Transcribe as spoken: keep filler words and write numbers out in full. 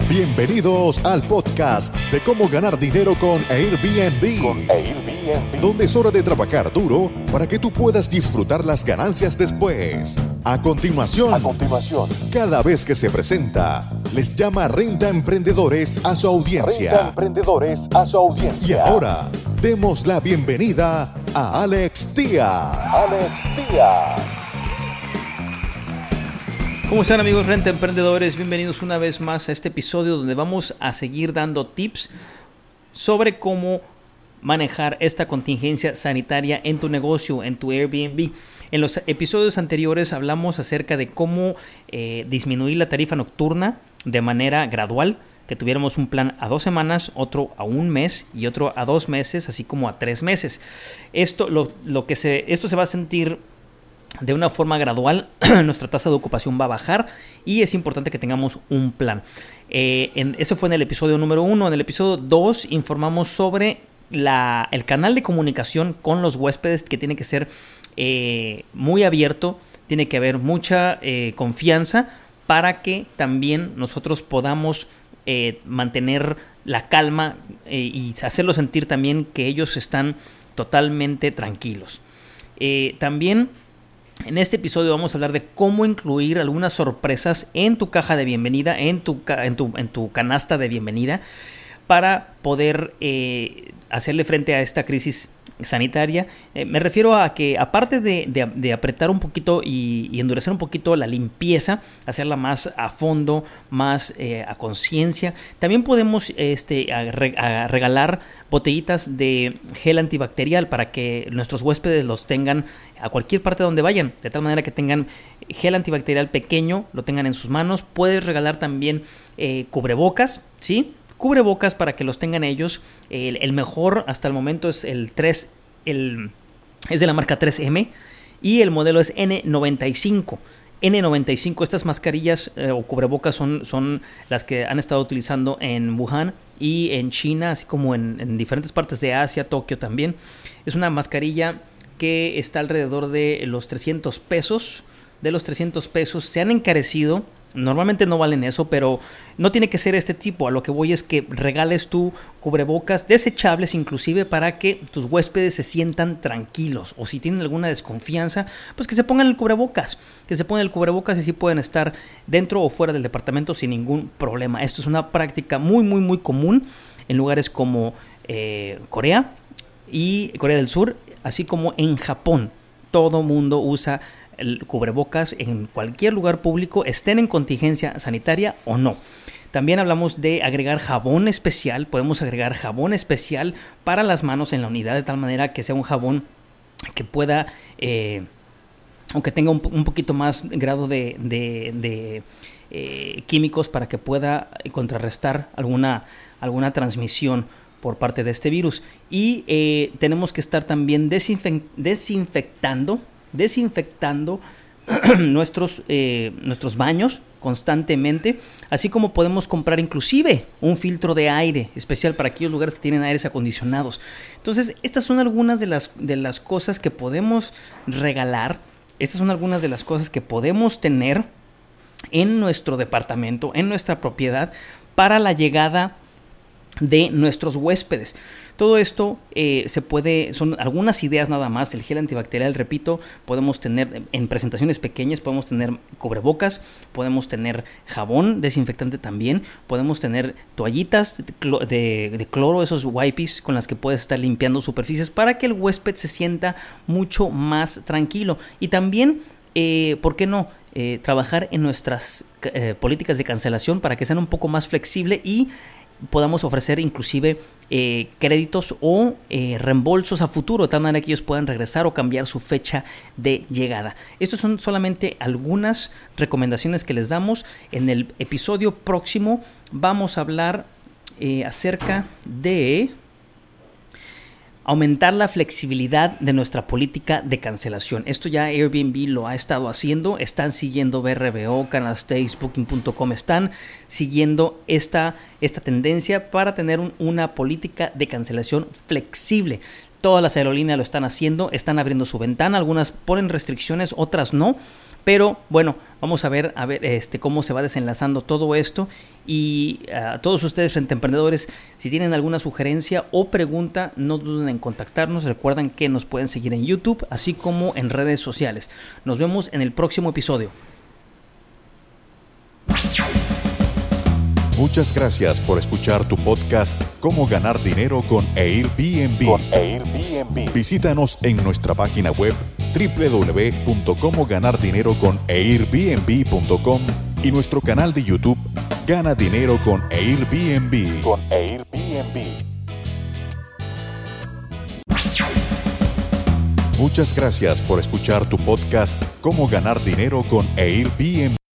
Bienvenidos al podcast de cómo ganar dinero con Airbnb. Con Airbnb. Donde es hora de trabajar duro para que tú puedas disfrutar las ganancias después. A continuación, a continuación, cada vez que se presenta, les llama Renta Emprendedores a su audiencia. Renta Emprendedores a su audiencia. Y ahora, demos la bienvenida a Alex Díaz. Alex Díaz. ¿Cómo están, amigos Renta Emprendedores? Bienvenidos una vez más a este episodio donde vamos a seguir dando tips sobre cómo manejar esta contingencia sanitaria en tu negocio, en tu Airbnb. En los episodios anteriores hablamos acerca de cómo eh, disminuir la tarifa nocturna de manera gradual, que tuviéramos un plan a dos semanas, otro a un mes y otro a dos meses, así como a tres meses. Esto, lo, lo que se, esto se va a sentir de una forma gradual. Nuestra tasa de ocupación va a bajar y es importante que tengamos un plan. Eh, en, eso fue en el episodio número uno. En el episodio dos informamos sobre la, el canal de comunicación con los huéspedes, que tiene que ser eh, muy abierto, tiene que haber mucha eh, confianza para que también nosotros podamos eh, mantener la calma eh, y hacerlos sentir también que ellos están totalmente tranquilos. Eh, también En este episodio vamos a hablar de cómo incluir algunas sorpresas en tu caja de bienvenida, en tu, en tu, en tu canasta de bienvenida, para poder eh, hacerle frente a esta crisis sanitaria. Eh, me refiero a que, aparte de, de, de apretar un poquito y, y endurecer un poquito la limpieza, hacerla más a fondo, más eh, a conciencia, también podemos este, a re, a regalar botellitas de gel antibacterial para que nuestros huéspedes los tengan a cualquier parte donde vayan, de tal manera que tengan gel antibacterial pequeño, lo tengan en sus manos. Puedes regalar también eh, cubrebocas, ¿sí? Cubrebocas para que los tengan ellos. El, el mejor hasta el momento es el tres, el, es de la marca tres eme y el modelo es ene noventa y cinco. ene noventa y cinco, estas mascarillas eh, o cubrebocas son, son las que han estado utilizando en Wuhan y en China, así como en, en diferentes partes de Asia, Tokio también. Es una mascarilla que está alrededor de los trescientos pesos. De los trescientos pesos se han encarecido. Normalmente no valen eso, pero no tiene que ser este tipo. A lo que voy es que regales tu cubrebocas desechables, inclusive, para que tus huéspedes se sientan tranquilos. O si tienen alguna desconfianza, pues que se pongan el cubrebocas. Que se pongan el cubrebocas y así pueden estar dentro o fuera del departamento sin ningún problema. Esto es una práctica muy, muy, muy común en lugares como eh, Corea y Corea del Sur, así como en Japón. Todo mundo usa el cubrebocas en cualquier lugar público, estén en contingencia sanitaria o no. También hablamos de agregar jabón especial. Podemos agregar jabón especial para las manos en la unidad, de tal manera que sea un jabón que pueda, eh, aunque tenga un, un poquito más grado de, de, de eh, químicos, para que pueda contrarrestar alguna, alguna transmisión por parte de este virus. Y eh, tenemos que estar también desinfe- desinfectando desinfectando nuestros, eh, nuestros baños constantemente, así como podemos comprar inclusive un filtro de aire especial para aquellos lugares que tienen aires acondicionados. Entonces, estas son algunas de las, de las cosas que podemos regalar. Estas son algunas de las cosas que podemos tener en nuestro departamento, en nuestra propiedad, para la llegada de nuestros huéspedes. Todo esto eh, se puede, son algunas ideas nada más. El gel antibacterial, repito, podemos tener en presentaciones pequeñas, podemos tener cubrebocas, podemos tener jabón desinfectante también, podemos tener toallitas de, clo- de, de cloro, esos wipes con las que puedes estar limpiando superficies para que el huésped se sienta mucho más tranquilo. Y también, eh, ¿por qué no? Eh, trabajar en nuestras eh, políticas de cancelación para que sean un poco más flexibles y podamos ofrecer inclusive eh, créditos o eh, reembolsos a futuro, de tal manera que ellos puedan regresar o cambiar su fecha de llegada. Estas son solamente algunas recomendaciones que les damos. En el episodio próximo vamos a hablar eh, acerca de aumentar la flexibilidad de nuestra política de cancelación. Esto ya Airbnb lo ha estado haciendo. Están siguiendo V R B O, Canada Stays, Booking punto com. Están siguiendo esta, esta tendencia para tener un, una política de cancelación flexible. Todas las aerolíneas lo están haciendo, están abriendo su ventana, algunas ponen restricciones, otras no. Pero bueno, vamos a ver, a ver este, cómo se va desenlazando todo esto. Y a uh, todos ustedes, Renta Emprendedores, si tienen alguna sugerencia o pregunta, no duden en contactarnos. Recuerden que nos pueden seguir en YouTube, así como en redes sociales. Nos vemos en el próximo episodio. Muchas gracias por escuchar tu podcast Cómo ganar dinero con Airbnb. Con Airbnb. Visítanos en nuestra página web doble u doble u doble u punto cómo ganar dinero con airbnb punto com y nuestro canal de YouTube Gana Dinero con Airbnb. Con Airbnb. Muchas gracias por escuchar tu podcast Cómo ganar dinero con Airbnb.